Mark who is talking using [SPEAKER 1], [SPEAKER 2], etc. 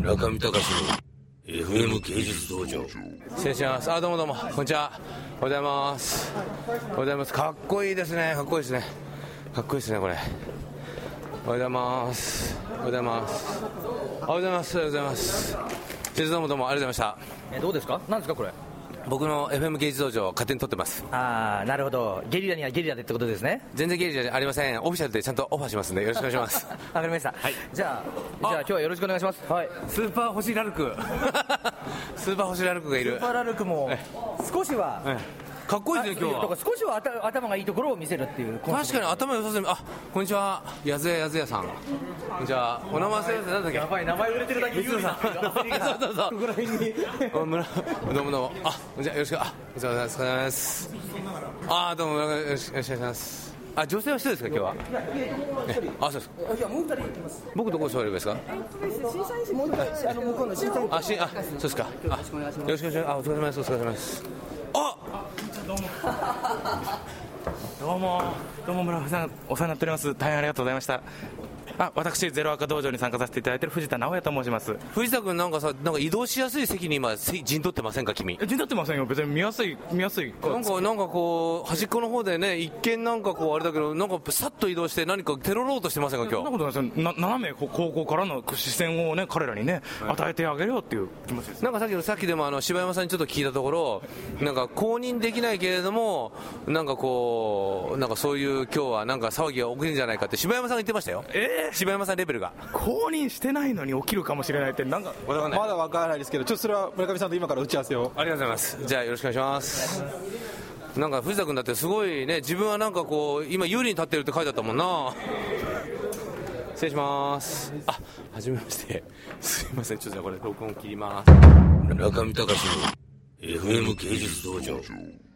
[SPEAKER 1] 中見隆の FM 芸術道場。
[SPEAKER 2] 失礼します。どうもどうも、こんにちは。おはようございます。おはようございます。かっこいいですね。かっこいいですね。かっこいいですね、これ。おはようございます。おはようございます。おはようございます。おはようございます。先生どうもどうもありがとうございました。
[SPEAKER 3] どうですか？何ですかこれ？
[SPEAKER 2] 僕の FM 芸術道場を勝手に撮ってます。
[SPEAKER 3] なるほど。ゲリラにはゲリラでってことですね。
[SPEAKER 2] 全然ゲリラじゃありません。オフィシャルでちゃんとオファーしますんでよろしくお願いします。
[SPEAKER 3] わかりました。
[SPEAKER 2] はい。
[SPEAKER 3] じゃあ今日はよろしくお願いします。はい。
[SPEAKER 2] スーパー星ラルクスーパー星ラルクがいる。
[SPEAKER 3] スーパーラルクも少しは、
[SPEAKER 2] かっこいいですね今日は。
[SPEAKER 3] だから少しは頭がいいところを見せるっていう。
[SPEAKER 2] 確かに頭良さそうに。こんにちは。やずやさん。こんにちは。お名前なんだっけ？
[SPEAKER 3] やばい、名前売れてるだけ言うな。
[SPEAKER 2] そうそうそう。ここら辺に。どうもどうも。じゃあよろしく。お疲れ様です。どうもよろしくお願いします。女性は一人ですか今日は？そうですか。
[SPEAKER 3] いやもう二人います。
[SPEAKER 2] 僕どこ座ればいいですか？
[SPEAKER 3] 審査員室もう一回向こうの審査員室。
[SPEAKER 2] そうですか。よろしくお願いします。お疲れ様です。お疲れ様です。
[SPEAKER 4] どうも村上さんお世話になっております。大変ありがとうございました。私ゼロアカ道場に参加させていただいている藤田直也と申します。
[SPEAKER 2] 藤田君なんか移動しやすい席に今陣取ってませんか君？
[SPEAKER 4] 陣取ってませんよ。別に見やすい
[SPEAKER 2] なんかこう端っこの方でね、一見なんかこうあれだけど、なんかさっと移動して何かテロろうとしてませんか今日？
[SPEAKER 4] そんなことないですよ。斜め高校からの視線をね彼らにね、与えてあげるよっていう気持ちです。
[SPEAKER 2] なんかさっきでも柴山さんにちょっと聞いたところ、なんか公認できないけれどもなんかそういう今日はなんか騒ぎが起きるんじゃないかって柴山さんが言ってましたよ。柴山さんレベルが
[SPEAKER 4] 公認してないのに起きるかもしれないってなんか
[SPEAKER 5] まだ分からないですけど、ちょっとそれは村上さんと今から打ち合わせを。
[SPEAKER 2] ありがとうございます。じゃあよろしくお願いします。なんか藤田君だってすごいね、自分はなんかこう今有利に立ってるって書いてあったもんな。失礼します。はじめまして。すいません、ちょっとこれ録音切ります。
[SPEAKER 1] 中見隆の FM 芸術道場。